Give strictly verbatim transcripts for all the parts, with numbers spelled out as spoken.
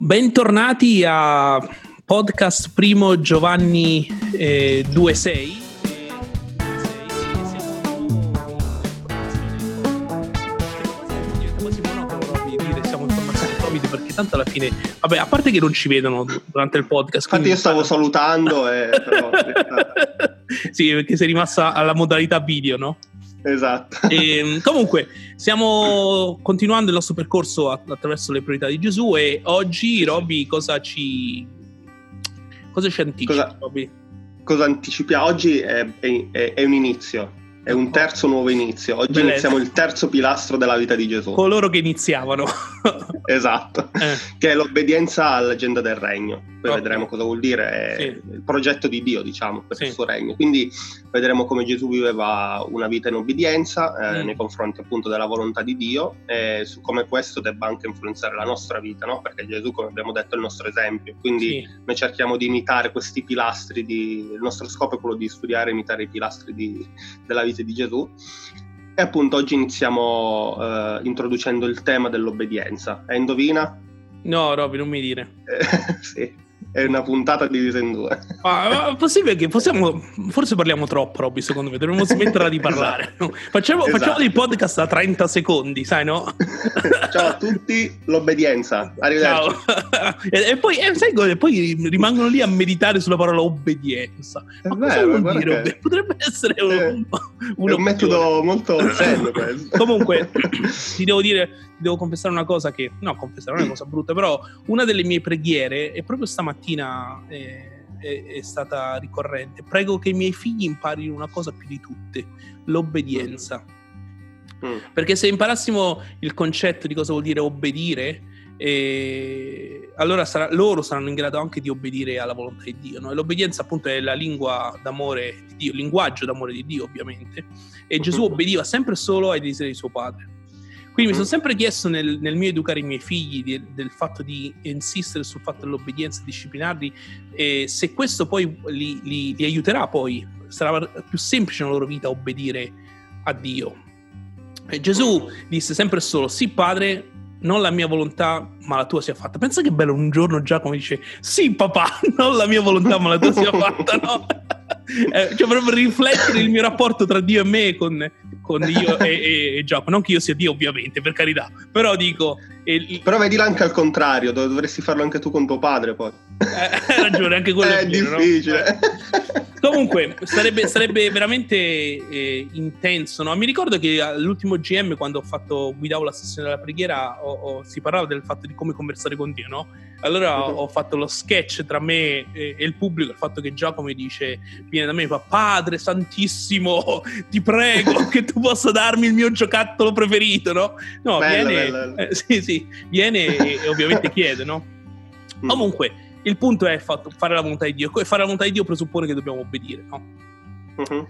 Bentornati a podcast Primo Giovanni eh, due sei. Perché tanto alla fine, vabbè, a parte che non ci vedono durante il podcast. Infatti io stavo salutando e però... Sì, perché sei rimasta alla modalità video, no? Esatto. E, comunque stiamo continuando il nostro percorso attraverso le priorità di Gesù e oggi Robby cosa ci cosa ci anticipa? Cosa, Robby? cosa anticipiamo? Oggi è, è, è un inizio, è un terzo nuovo inizio. Oggi Bellezza. Iniziamo il terzo pilastro della vita di Gesù. Coloro che iniziavano. Esatto, eh. che è l'obbedienza all'agenda del regno. Poi Okay. vedremo cosa vuol dire, è Sì. il progetto di Dio, diciamo, per Sì. il suo regno. Quindi vedremo come Gesù viveva una vita in obbedienza eh, Mm. nei confronti appunto della volontà di Dio e su come questo debba anche influenzare la nostra vita, no? Perché Gesù, come abbiamo detto, è il nostro esempio. Quindi Sì. noi cerchiamo di imitare questi pilastri, di... il nostro scopo è quello di studiare e imitare i pilastri di... della vita di Gesù. E appunto oggi iniziamo eh, introducendo il tema dell'obbedienza. E indovina? No, Robby, non mi dire. Eh, sì, è una puntata divisa in due. Ah, possibile che possiamo, forse parliamo troppo, Robby, secondo me dovremmo smetterla di parlare. Esatto. No? Facciamo, Esatto. facciamo dei podcast a trenta secondi, sai, no? Ciao a tutti, l'obbedienza. Arrivederci. Ciao. e, e poi, eh, sai cosa? Poi rimangono lì a meditare sulla parola obbedienza. È Ma cosa vero, vuol guarda dire? che- Potrebbe essere un, Eh, un è un metodo molto serio questo. Comunque, ti devo dire, ti devo confessare una cosa che, no, confessare non è una cosa brutta, però una delle mie preghiere, e proprio stamattina eh, è, è stata ricorrente: prego che i miei figli imparino una cosa più di tutte, l'obbedienza. Mm. Perché se imparassimo il concetto di cosa vuol dire obbedire, eh, allora sarà, loro saranno in grado anche di obbedire alla volontà di Dio, no? E l'obbedienza appunto è la lingua d'amore di Dio, il linguaggio d'amore di Dio, ovviamente. E Gesù obbediva sempre solo ai desideri di suo padre. Quindi mi sono sempre chiesto nel, nel mio educare i miei figli di, del fatto di insistere sul fatto dell'obbedienza, disciplinarli, e se questo poi li, li, li aiuterà, poi sarà più semplice nella loro vita obbedire a Dio. E Gesù disse sempre solo: sì, padre, non la mia volontà ma la tua sia fatta. Pensa che bello un giorno Giacomo dice: sì papà, non la mia volontà ma la tua sia fatta, no? Eh, cioè proprio riflettere il mio rapporto tra Dio e me, con, con io e, e, e Giacomo. Non che io sia Dio, ovviamente, per carità, però dico eh, Però vedila anche al contrario, dov- dovresti farlo anche tu con tuo padre poi. eh, hai ragione, anche quello È vero, no? difficile. Eh. Comunque sarebbe, sarebbe veramente eh, intenso, no? Mi ricordo che all'ultimo G M, quando ho fatto guidavo la sessione della preghiera, ho, ho, si parlava del fatto di come conversare con Dio, no? Allora Uh-huh. ho fatto lo sketch tra me e, e il pubblico, il fatto che Giacomo mi dice, viene da me e fa: padre santissimo, ti prego che tu possa darmi il mio giocattolo preferito, no? No, Bello, viene, bello, bello. Eh, sì, sì, viene e, e ovviamente chiede, no? Mm. Comunque il punto è fatto, fare la volontà di Dio, e fare la volontà di Dio presuppone che dobbiamo obbedire, no? Mhm.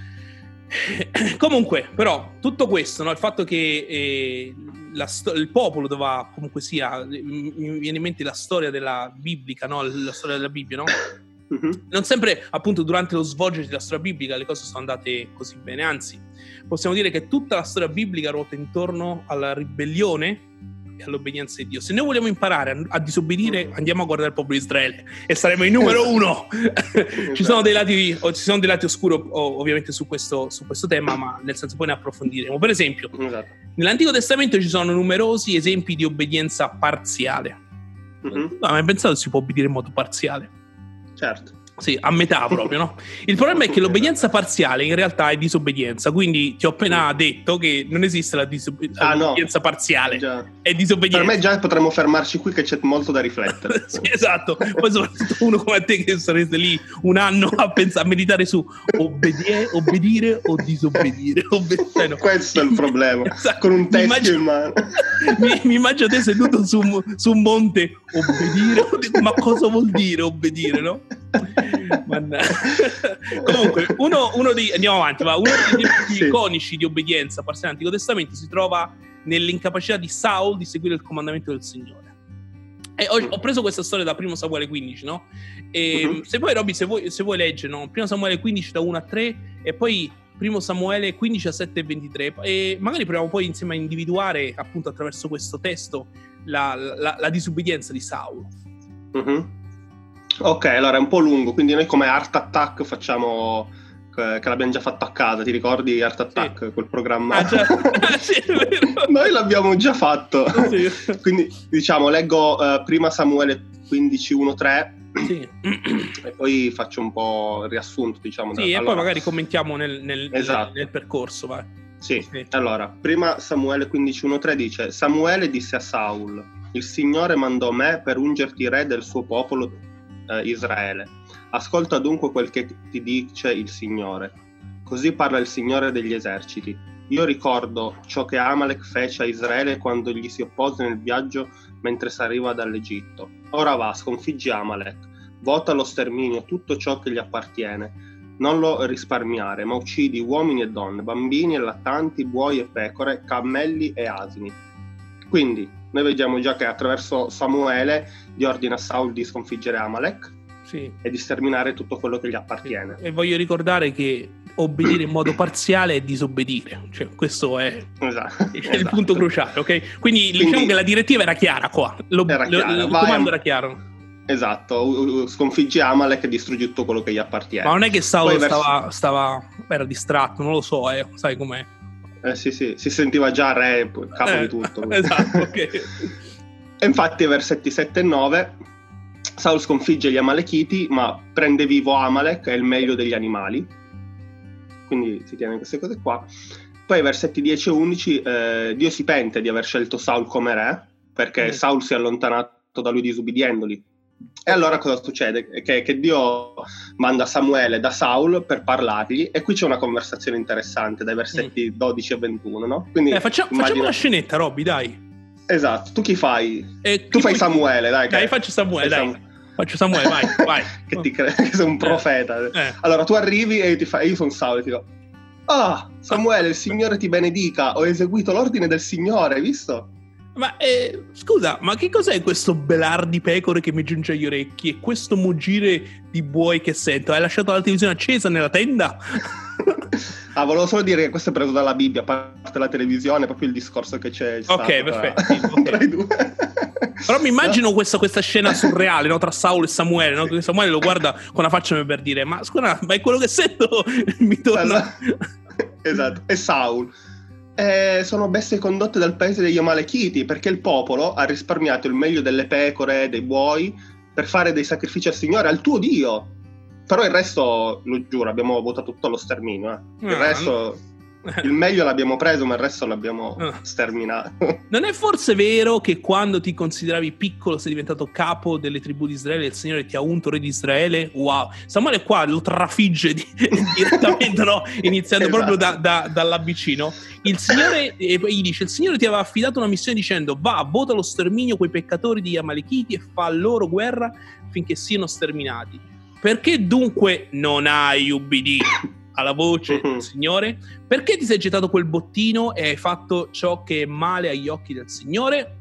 Comunque, però, tutto questo, no? Il fatto che eh, la sto- il popolo doveva, comunque sia, mi mi viene in mente la storia della biblica, no? La storia della Bibbia, no? Mhm. Non sempre, appunto, durante lo svolgersi della storia biblica le cose sono andate così bene, anzi, possiamo dire che tutta la storia biblica ruota intorno alla ribellione e all'obbedienza di Dio. Se noi vogliamo imparare a, a disobbedire, andiamo a guardare il popolo di Israele e saremo i numero uno. Ci sono dei lati, o ci sono dei lati oscuri, o- ovviamente, su questo, su questo tema, ma nel senso poi ne approfondiremo. Per esempio, Esatto. nell'Antico Testamento ci sono numerosi esempi di obbedienza parziale. Mhm. Ma hai pensato che si può obbedire in modo parziale? Certo. Sì, a metà proprio, no? Il problema è che l'obbedienza parziale in realtà è disobbedienza, quindi ti ho appena detto che non esiste la disobb- Ah, no. l'obbedienza parziale, Già. è disobbedienza. Per me già potremmo fermarci qui, che c'è molto da riflettere. Sì, esatto, poi soprattutto uno come te che sareste lì un anno a pensare, a meditare su obbedire, obbedire o disobbedire. Obbe- cioè, no. Questo è il problema. Esatto. Con un Mi teschio immagino- in mano. mi, mi immagino te seduto su, un- su un monte, obbedire, dico, ma cosa vuol dire obbedire, no? Mannaggia. Comunque, uno, uno dei andiamo avanti, va. Uno degli esempi Sì. iconici di obbedienza parziale nell'Antico Testamento si trova nell'incapacità di Saul di seguire il comandamento del Signore. E ho, ho preso questa storia da primo Samuele quindici, no? E Mhm. se poi, Robby, se vuoi, se vuoi leggere, no? primo Samuele quindici da uno a tre, e poi Primo Samuele quindici, diciassette e ventitré, e magari proviamo poi insieme a individuare appunto attraverso questo testo la, la, la disobbedienza di Saulo. Mm-hmm. Ok, allora è un po' lungo, quindi noi come Art Attack facciamo, eh, che l'abbiamo già fatto a casa, ti ricordi Art Attack, sì. Quel programma? Ah, già. Sì, è vero. Noi l'abbiamo già fatto. Sì. Quindi diciamo, leggo uh, prima Samuele quindici, uno, tre. Sì. E poi faccio un po' il riassunto, diciamo. Sì, da, e allora, poi magari commentiamo nel, nel, esatto. nel, nel percorso, vai. Sì. sì, allora, prima Samuele quindici, uno, tre dice: Samuele disse a Saul: il Signore mandò me per ungerti re del suo popolo eh, Israele. Ascolta dunque quel che ti dice il Signore. Così parla il Signore degli eserciti. Io ricordo ciò che Amalek fece a Israele quando gli si oppose nel viaggio mentre saliva dall'Egitto. Ora va, sconfiggi Amalek, vota allo sterminio tutto ciò che gli appartiene. Non lo risparmiare, ma uccidi uomini e donne, bambini e lattanti, buoi e pecore, cammelli e asini. Quindi noi vediamo già che attraverso Samuele gli ordina a Saul di sconfiggere Amalek, sì, e di sterminare tutto quello che gli appartiene. E voglio ricordare che obbedire in modo parziale è disobbedire, cioè questo è, esatto, è esatto. il punto cruciale, ok? Quindi, Quindi diciamo che la direttiva era chiara qua, lo, era chiara. Lo, il Vai, comando era chiaro. Esatto, sconfiggi Amalek e distruggi tutto quello che gli appartiene. Ma non è che Saulo verso... stava, stava era distratto, non lo so, eh, sai com'è. Eh sì sì, si sentiva già re, capo eh, di tutto. Esatto, ok. E infatti versetti sette e nove Saul sconfigge gli Amalechiti, ma prende vivo Amalek e il meglio degli animali. Quindi si tiene queste cose qua. Poi versetti dieci e undici eh, Dio si pente di aver scelto Saul come re, perché mm. Saul si è allontanato da lui disubbidiendoli. E allora cosa succede? Che, che Dio manda Samuele da Saul per parlargli, e qui c'è una conversazione interessante dai versetti mm. dodici e ventuno, no? Quindi eh, facciamo, immagina... facciamo una scenetta, Robby, dai. Esatto, tu chi fai? Eh, tu chi fai puoi... Samuele, dai. Dai, che... faccio Samuele, dai. Sam... Faccio Samuele, vai, vai. Che ti credi che sei un profeta. Eh. Allora tu arrivi e io, ti fa... io sono Saul e ti dico: ah, Samuele, il Signore ti benedica, ho eseguito l'ordine del Signore, hai visto? Ma eh, scusa, ma che cos'è questo belar di pecore che mi giunge agli orecchi e questo muggire di buoi che sento? Hai lasciato la televisione accesa nella tenda? Ah, volevo solo dire che questo è preso dalla Bibbia, a parte la televisione, proprio il discorso che c'è il ok, stato perfetto, tra, sì, okay. tra i due. Però mi immagino no? questa, questa scena surreale, no? Tra Saul e Samuele, no? Che Samuele lo guarda con la faccia per dire: ma scusa, ma è quello che sento mi torna... Esatto, e Saul: eh, sono bestie condotte dal paese degli Amalechiti, perché il popolo ha risparmiato il meglio delle pecore, dei buoi, per fare dei sacrifici al Signore, al tuo Dio. Però il resto, lo giuro, abbiamo votato tutto allo sterminio. Eh. Il no, resto, no. il meglio l'abbiamo preso, ma il resto l'abbiamo no. sterminato. Non è forse vero che quando ti consideravi piccolo sei diventato capo delle tribù di Israele e il Signore ti ha unto re di Israele? Wow, Samuele qua lo trafigge di, direttamente, no? Iniziando esatto. proprio da, da, dall'abbicino. Il Signore, e poi gli dice: il Signore ti aveva affidato una missione dicendo: va, vota lo sterminio quei peccatori di Amalechiti e fa loro guerra finché siano sterminati. Perché dunque non hai ubbidito alla voce del Signore? Perché ti sei gettato quel bottino e hai fatto ciò che è male agli occhi del Signore?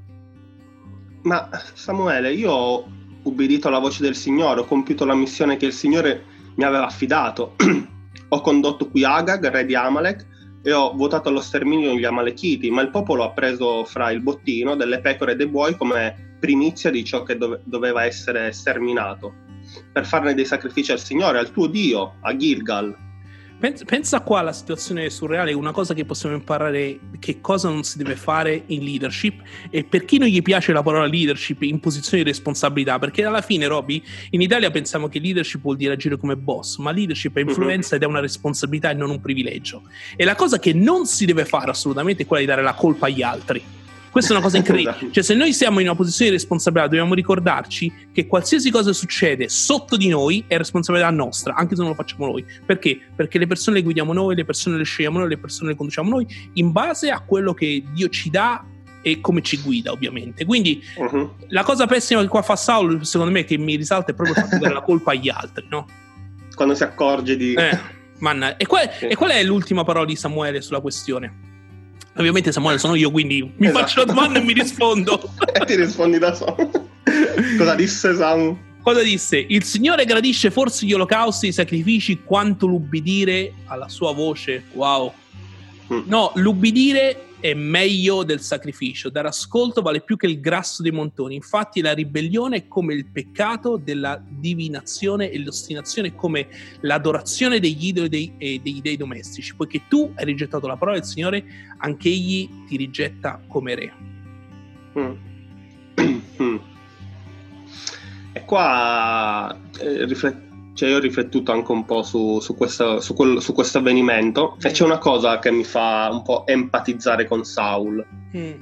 Ma Samuele, io ho ubbidito alla voce del Signore, ho compiuto la missione che il Signore mi aveva affidato. Ho condotto qui Agag, re di Amalek, e ho votato allo sterminio gli Amalechiti, ma il popolo ha preso fra il bottino delle pecore e dei buoi come primizia di ciò che dove- doveva essere sterminato, per farne dei sacrifici al Signore, al tuo Dio, a Gilgal. Pensa, pensa qua alla situazione surreale, una cosa che possiamo imparare, che cosa non si deve fare in leadership, e per chi non gli piace la parola leadership in posizione di responsabilità, perché alla fine, Robby, in Italia pensiamo che leadership vuol dire agire come boss, ma leadership è influenza ed è una responsabilità e non un privilegio. E la cosa che non si deve fare assolutamente è quella di dare la colpa agli altri. Questa è una cosa incredibile. Cioè, se noi siamo in una posizione di responsabilità, dobbiamo ricordarci che qualsiasi cosa succede sotto di noi è responsabilità nostra, anche se non lo facciamo noi. Perché? Perché le persone le guidiamo noi, le persone le scegliamo noi, le persone le conduciamo noi, in base a quello che Dio ci dà e come ci guida, ovviamente. Quindi uh-huh. la cosa pessima che qua fa Saul, secondo me, che mi risalta, è proprio il fatto di dare la colpa agli altri, no? Quando si accorge di... Eh, manna. E qual, sì. e qual è l'ultima parola di Samuele sulla questione? Ovviamente Samuele sono io, quindi mi esatto. faccio la domanda e mi rispondo. E ti rispondi da solo. Cosa disse Samu? Cosa disse? Il Signore gradisce forse gli olocausti e i sacrifici quanto l'ubbidire alla sua voce. Wow. No, l'ubbidire è meglio del sacrificio. Dare ascolto vale più che il grasso dei montoni. Infatti la ribellione è come il peccato della divinazione e l'ostinazione è come l'adorazione degli idoli dei, e degli dei domestici. Poiché tu hai rigettato la parola del Signore, anche egli ti rigetta come re. Mm. E qua eh, riflet- cioè io ho riflettuto anche un po' su, su, questo, su, quel, su questo avvenimento e c'è una cosa che mi fa un po' empatizzare con Saul. Mm.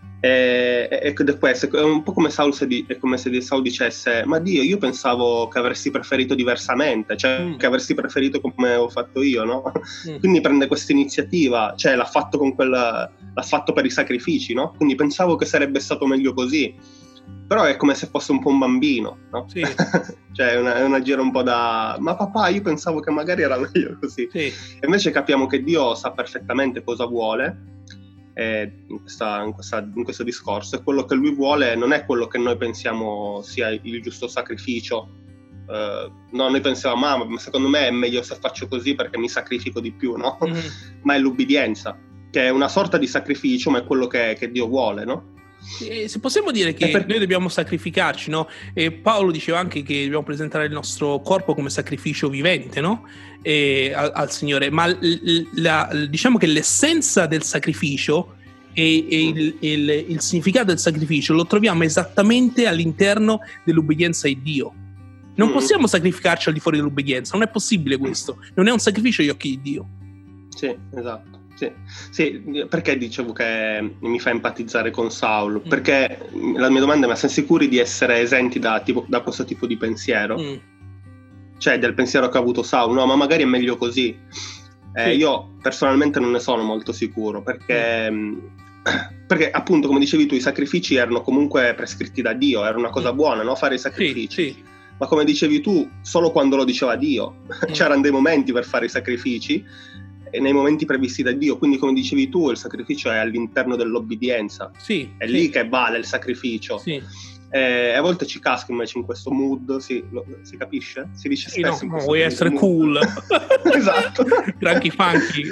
E, e, ed è questo, è un po' come, Saul se di, è come se Saul dicesse: ma Dio, io pensavo che avresti preferito diversamente, cioè mm. che avresti preferito come ho fatto io, no? Mm. Quindi prende questa iniziativa, cioè l'ha fatto con quel, l'ha fatto per i sacrifici, no? Quindi pensavo che sarebbe stato meglio così. Però è come se fosse un po' un bambino, no? Sì. Cioè è una, è una gira un po' da ma papà, io pensavo che magari era meglio così. Sì. E invece capiamo che Dio sa perfettamente cosa vuole eh, in, questa, in, questa, in questo discorso, e quello che lui vuole non è quello che noi pensiamo sia il giusto sacrificio. Uh, no, noi pensiamo, ah, ma secondo me è meglio se faccio così perché mi sacrifico di più, no? Mm-hmm. Ma è l'ubbidienza, che è una sorta di sacrificio, ma è quello che, che Dio vuole, no? E se possiamo dire che per... noi dobbiamo sacrificarci, no? E Paolo diceva anche che dobbiamo presentare il nostro corpo come sacrificio vivente, no? E, al, al Signore, ma l, la, diciamo che l'essenza del sacrificio e, e il, il, il significato del sacrificio lo troviamo esattamente all'interno dell'obbedienza a Dio. Non mm. possiamo sacrificarci al di fuori dell'obbedienza, non è possibile questo, non è un sacrificio agli occhi di Dio. Sì, esatto. Sì, sì, perché dicevo che mi fa empatizzare con Saul? Mm. Perché la mia domanda è: ma siamo sicuri di essere esenti da, tipo, da questo tipo di pensiero? Mm. Cioè del pensiero che ha avuto Saul? No, ma magari è meglio così. Eh, sì. Io personalmente non ne sono molto sicuro, perché, mm. perché appunto, come dicevi tu, i sacrifici erano comunque prescritti da Dio, era una cosa buona, no? Fare i sacrifici. Sì, sì. Ma come dicevi tu, solo quando lo diceva Dio. Mm. C'erano dei momenti per fare i sacrifici, e nei momenti previsti da Dio, quindi come dicevi tu il sacrificio è all'interno dell'obbedienza, sì, è sì. lì che vale il sacrificio. Sì. E a volte ci casca invece in questo mood, si, lo, si capisce? Si dice sì, spesso no, no, vuoi essere mood. Cool. Esatto. Granchi funky.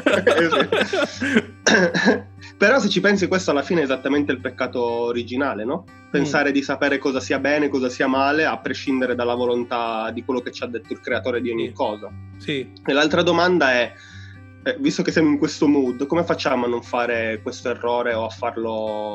Però se ci pensi, questo alla fine è esattamente il peccato originale, no? Pensare mm. di sapere cosa sia bene, cosa sia male, a prescindere dalla volontà di quello che ci ha detto il creatore di ogni sì. cosa. Sì. E l'altra domanda è: eh, visto che siamo in questo mood, come facciamo a non fare questo errore o a farlo,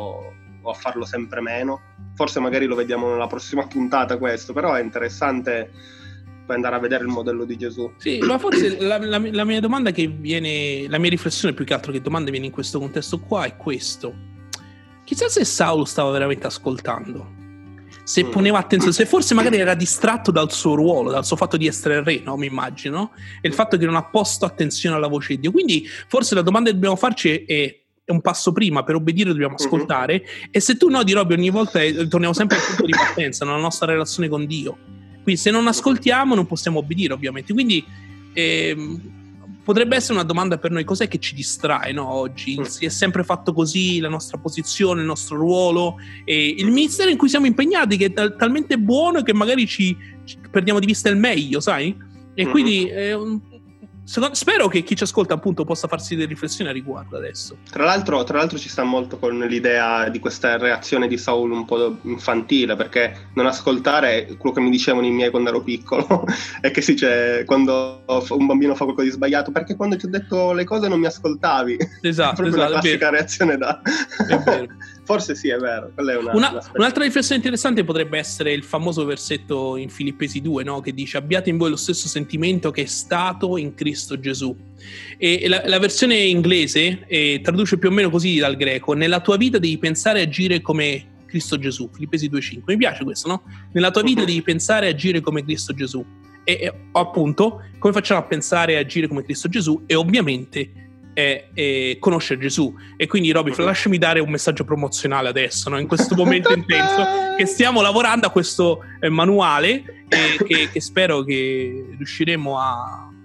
o a farlo sempre meno? Forse magari lo vediamo nella prossima puntata questo, però è interessante poi andare a vedere il modello di Gesù. Sì, ma forse la, la, la mia domanda che viene, la mia riflessione più che altro che domanda viene in questo contesto qua è questo: chissà se Saulo stava veramente ascoltando, se poneva attenzione, se forse magari era distratto dal suo ruolo, dal suo fatto di essere re, no? Mi immagino, e il fatto che non ha posto attenzione alla voce di Dio. Quindi forse la domanda che dobbiamo farci è, è un passo prima: per obbedire dobbiamo ascoltare, uh-huh. e se tu noti, Robby, ogni volta torniamo sempre al punto di partenza, nella nostra relazione con Dio. Quindi se non ascoltiamo non possiamo obbedire, ovviamente. Quindi ehm, potrebbe essere una domanda per noi: cos'è che ci distrae, no, oggi? Si è sempre fatto così, la nostra posizione, il nostro ruolo e il ministero in cui siamo impegnati, che è tal- talmente buono che magari ci, ci perdiamo di vista il meglio, sai? E quindi eh, secondo, spero che chi ci ascolta appunto possa farsi delle riflessioni a riguardo adesso. Tra l'altro, tra l'altro ci sta molto con l'idea di questa reazione di Saul un po' infantile, perché non ascoltare, quello che mi dicevano i miei quando ero piccolo, è che si dice quando un bambino fa qualcosa di sbagliato: perché quando ti ho detto le cose non mi ascoltavi. Esatto, proprio esatto, la classica reazione da... È vero. Forse sì, è vero. Quella è una, una, un'altra riflessione interessante potrebbe essere il famoso versetto in Filippesi due, no? Che dice: abbiate in voi lo stesso sentimento che è stato in Cristo Gesù. E, e la, la versione inglese eh, traduce più o meno così dal greco: nella tua vita devi pensare e agire come Cristo Gesù. Filippesi due cinque. Mi piace questo, no? Nella tua vita devi pensare e agire come Cristo Gesù. E, e appunto, come facciamo a pensare e agire come Cristo Gesù? E ovviamente È, è conoscere Gesù. E quindi, Robby, uh-huh. lasciami dare un messaggio promozionale adesso, no? In questo momento intenso che stiamo lavorando a questo eh, manuale e che, che spero che riusciremo a,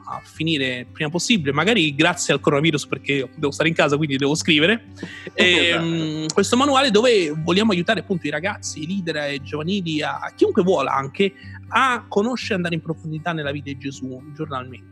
a finire il prima possibile, magari grazie al coronavirus, perché devo stare in casa, quindi devo scrivere e, um, questo manuale dove vogliamo aiutare appunto i ragazzi, i leader e giovanili, a, a chiunque vuole anche, a conoscere e andare in profondità nella vita di Gesù giornalmente.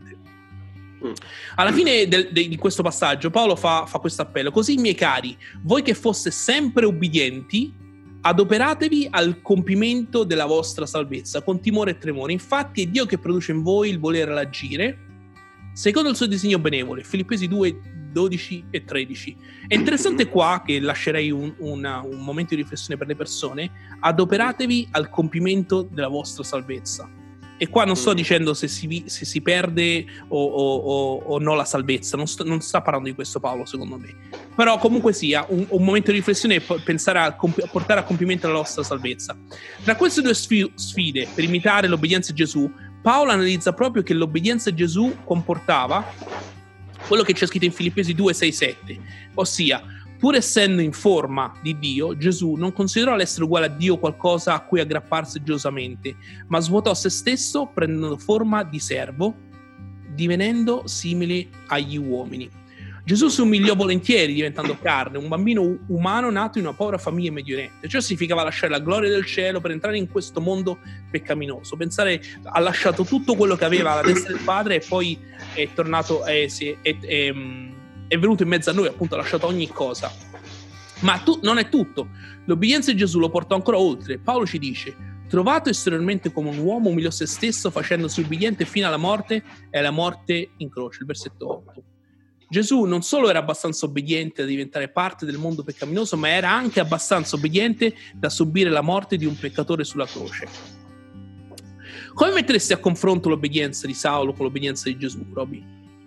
Alla fine del, de, di questo passaggio Paolo fa, fa questo appello: così, miei cari, voi che foste sempre ubbidienti, adoperatevi al compimento della vostra salvezza con timore e tremore. Infatti è Dio che produce in voi il volere l'agire secondo il suo disegno benevole. Filippesi due, dodici e tredici. È interessante qua, che lascerei un, una, un momento di riflessione per le persone: adoperatevi al compimento della vostra salvezza. E qua non sto dicendo se si, se si perde o, o, o, o no la salvezza, non, sto, non sta parlando di questo Paolo, secondo me. Però comunque sia, un, un momento di riflessione è pensare a, a portare a compimento la nostra salvezza. Tra queste due sfide per imitare l'obbedienza a Gesù, Paolo analizza proprio che l'obbedienza a Gesù comportava quello che c'è scritto in Filippesi due, sei, sette, ossia, pur essendo in forma di Dio, Gesù non considerò l'essere uguale a Dio qualcosa a cui aggrapparsi gelosamente, ma svuotò se stesso prendendo forma di servo, divenendo simile agli uomini. Gesù si umiliò volentieri diventando carne, un bambino umano nato in una povera famiglia Medio Oriente. Ciò significava lasciare la gloria del cielo per entrare in questo mondo peccaminoso. Pensare, ha lasciato tutto quello che aveva alla destra del Padre e poi è tornato, è, è, è, è, è venuto in mezzo a noi, appunto ha lasciato ogni cosa. Ma tu, non è tutto. L'obbedienza di Gesù lo portò ancora oltre. Paolo ci dice: trovato esteriormente come un uomo, umiliò se stesso facendosi obbediente fino alla morte e alla morte in croce. Il versetto otto. Gesù non solo era abbastanza obbediente da diventare parte del mondo peccaminoso, ma era anche abbastanza obbediente da subire la morte di un peccatore sulla croce. Come metteresti a confronto l'obbedienza di Saulo con l'obbedienza di Gesù, Roby?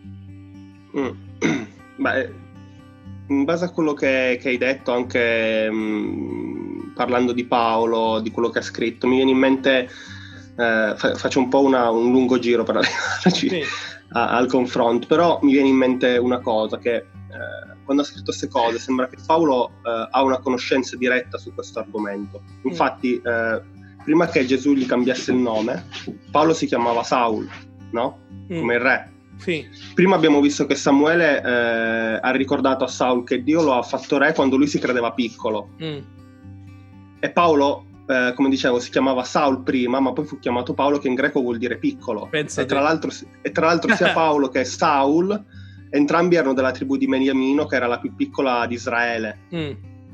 Mm. Beh, in base a quello che, che hai detto, anche mh, parlando di Paolo, di quello che ha scritto, mi viene in mente, eh, fa, faccio un po' una, un lungo giro per arrivarci sì. a, al confronto, però mi viene in mente una cosa, che eh, quando ha scritto queste cose sembra che Paolo eh, ha una conoscenza diretta su questo argomento. Infatti, eh, prima che Gesù gli cambiasse il nome, Paolo si chiamava Saul, no? Mm. Come il re. Sì. Prima abbiamo visto che Samuele eh, ha ricordato a Saul che Dio lo ha fatto re quando lui si credeva piccolo. Mm. E Paolo, eh, come dicevo, si chiamava Saul prima, ma poi fu chiamato Paolo, che in greco vuol dire piccolo. Pensa e, tra l'altro, e tra l'altro sia Paolo che Saul, entrambi erano della tribù di Beniamino, che era la più piccola di Israele. Mm.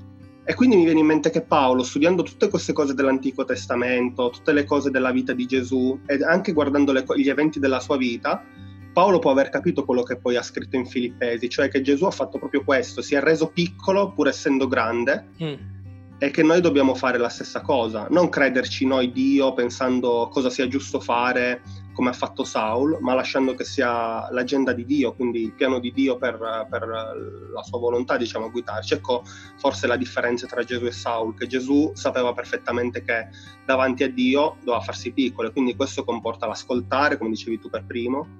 E quindi mi viene in mente che Paolo, studiando tutte queste cose dell'Antico Testamento, tutte le cose della vita di Gesù, e anche guardando le, gli eventi della sua vita, Paolo può aver capito quello che poi ha scritto in Filippesi, cioè che Gesù ha fatto proprio questo, si è reso piccolo pur essendo grande, mm. e che noi dobbiamo fare la stessa cosa, non crederci noi Dio pensando cosa sia giusto fare come ha fatto Saul, ma lasciando che sia l'agenda di Dio, quindi il piano di Dio per, per la sua volontà, diciamo, guidarci. Ecco forse la differenza tra Gesù e Saul, che Gesù sapeva perfettamente che davanti a Dio doveva farsi piccolo, e quindi questo comporta l'ascoltare, come dicevi tu per primo,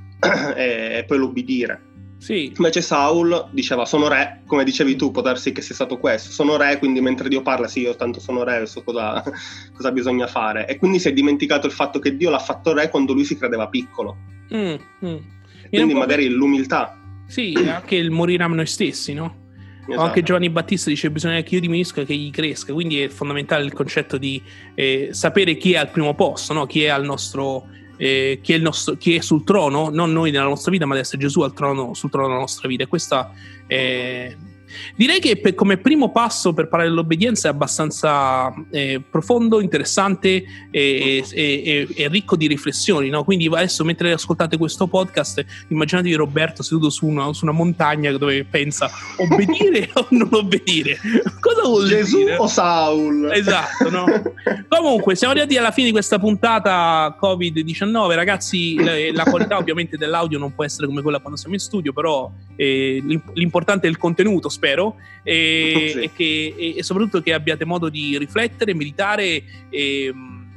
e, e poi l'ubbidire. Sì. Invece Saul diceva: sono re, come dicevi tu, può darsi che sia stato questo, sono re, quindi mentre Dio parla, sì, io tanto sono re, so cosa, cosa bisogna fare, e quindi si è dimenticato il fatto che Dio l'ha fatto re quando lui si credeva piccolo. mm, mm. Quindi magari l'umiltà, sì, anche il morire a noi stessi, no? Esatto. Anche Giovanni Battista dice: bisogna che io diminuisca e che egli cresca. Quindi è fondamentale il concetto di eh, sapere chi è al primo posto, no? Chi è al nostro Eh, chi, è il nostro, chi è sul trono, non noi nella nostra vita, ma deve essere Gesù al trono, sul trono della nostra vita. E questa è... direi che per, come primo passo per parlare dell'obbedienza è abbastanza eh, profondo, interessante e, e, e, e ricco di riflessioni, no? Quindi adesso, mentre ascoltate questo podcast, immaginatevi Roberto seduto su una, su una montagna dove pensa: obbedire o non obbedire? Cosa vuol Gesù dire? Gesù o Saul? Esatto, no? Comunque siamo arrivati alla fine di questa puntata covid diciannove, ragazzi. La qualità ovviamente dell'audio non può essere come quella quando siamo in studio, però eh, l'importante è il contenuto, spero, e, sì. e, che, e, e soprattutto che abbiate modo di riflettere, meditare e,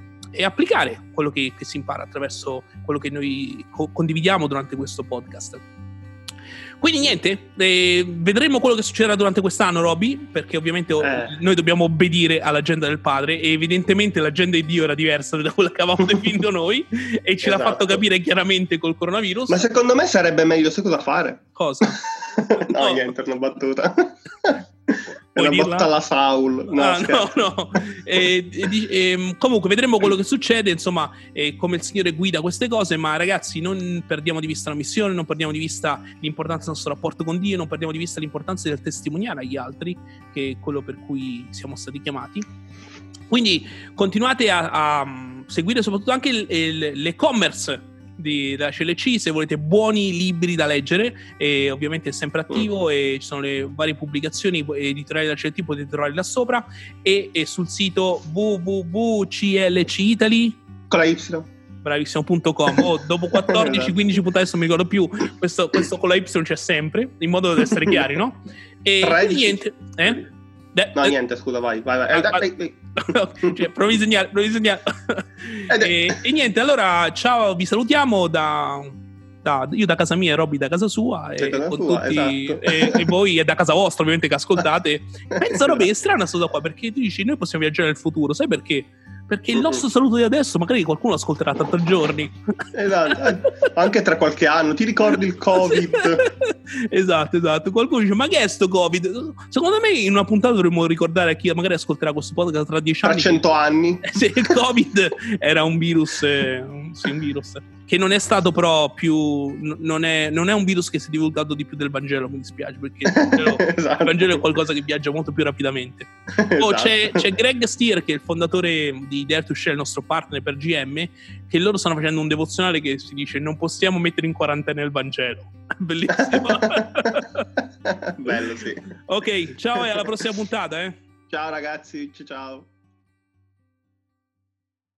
e applicare quello che, che si impara attraverso quello che noi co- condividiamo durante questo podcast. Quindi niente, eh, vedremo quello che succederà durante quest'anno, Roby, perché ovviamente eh. noi dobbiamo obbedire all'agenda del padre e evidentemente l'agenda di Dio era diversa da quella che avevamo definito noi e ce esatto. l'ha fatto capire chiaramente col coronavirus. Ma secondo me sarebbe meglio, sai cosa fare? Cosa? no, no, niente, una battuta. È una botta alla Saul. No, ah, no, no. E, e, e, comunque vedremo quello che succede, insomma, e come il Signore guida queste cose, ma ragazzi non perdiamo di vista la missione, non perdiamo di vista l'importanza del nostro rapporto con Dio, non perdiamo di vista l'importanza del testimoniare agli altri, che è quello per cui siamo stati chiamati. Quindi continuate a, a seguire soprattutto anche il, il, l'e-commerce di, della C L C, se volete buoni libri da leggere, e ovviamente è sempre attivo mm. e ci sono le varie pubblicazioni editoriali della C L T, potete trovarle là sopra, e, e sul sito w w w punto c l c italy con la Y bravissimo punto com. Oh, dopo quattordici quindici puntate adesso non mi ricordo più, questo, questo con la Y c'è sempre, in modo da essere chiari, no? E quindi niente eh? De- no, niente, scusa, vai, vai, vai. Ah, vai, vai. Cioè, provi a segnare, provi a segnare. e, e niente, allora, ciao, vi salutiamo da, da io da casa mia e Roby da casa sua, e, casa con sua, tutti, esatto. e, e voi è da casa vostra, ovviamente, che ascoltate. Pensa, Roby, è strana questa cosa qua, perché tu dici, noi possiamo viaggiare nel futuro, sai perché? Perché il nostro saluto di adesso magari qualcuno ascolterà tra tre giorni. Esatto, anche tra qualche anno. Ti ricordi il Covid? Esatto, esatto. Qualcuno dice, ma che è sto Covid? Secondo me in una puntata dovremmo ricordare a chi magari ascolterà questo podcast tra dieci anni. Tra cento anni. Se il Covid era un virus, eh, sì, un virus che non è stato però più, non è, non è un virus che si è divulgato di più del Vangelo, mi dispiace, perché il Vangelo, esatto. il Vangelo è qualcosa che viaggia molto più rapidamente. Esatto. Oh, c'è, c'è Greg Stier, che è il fondatore di Dare to Share, il nostro partner per G M, che loro stanno facendo un devozionale che si dice non possiamo mettere in quarantena il Vangelo. Bellissimo. Bello, sì. Ok, ciao e alla prossima puntata, eh. Ciao ragazzi, ciao ciao.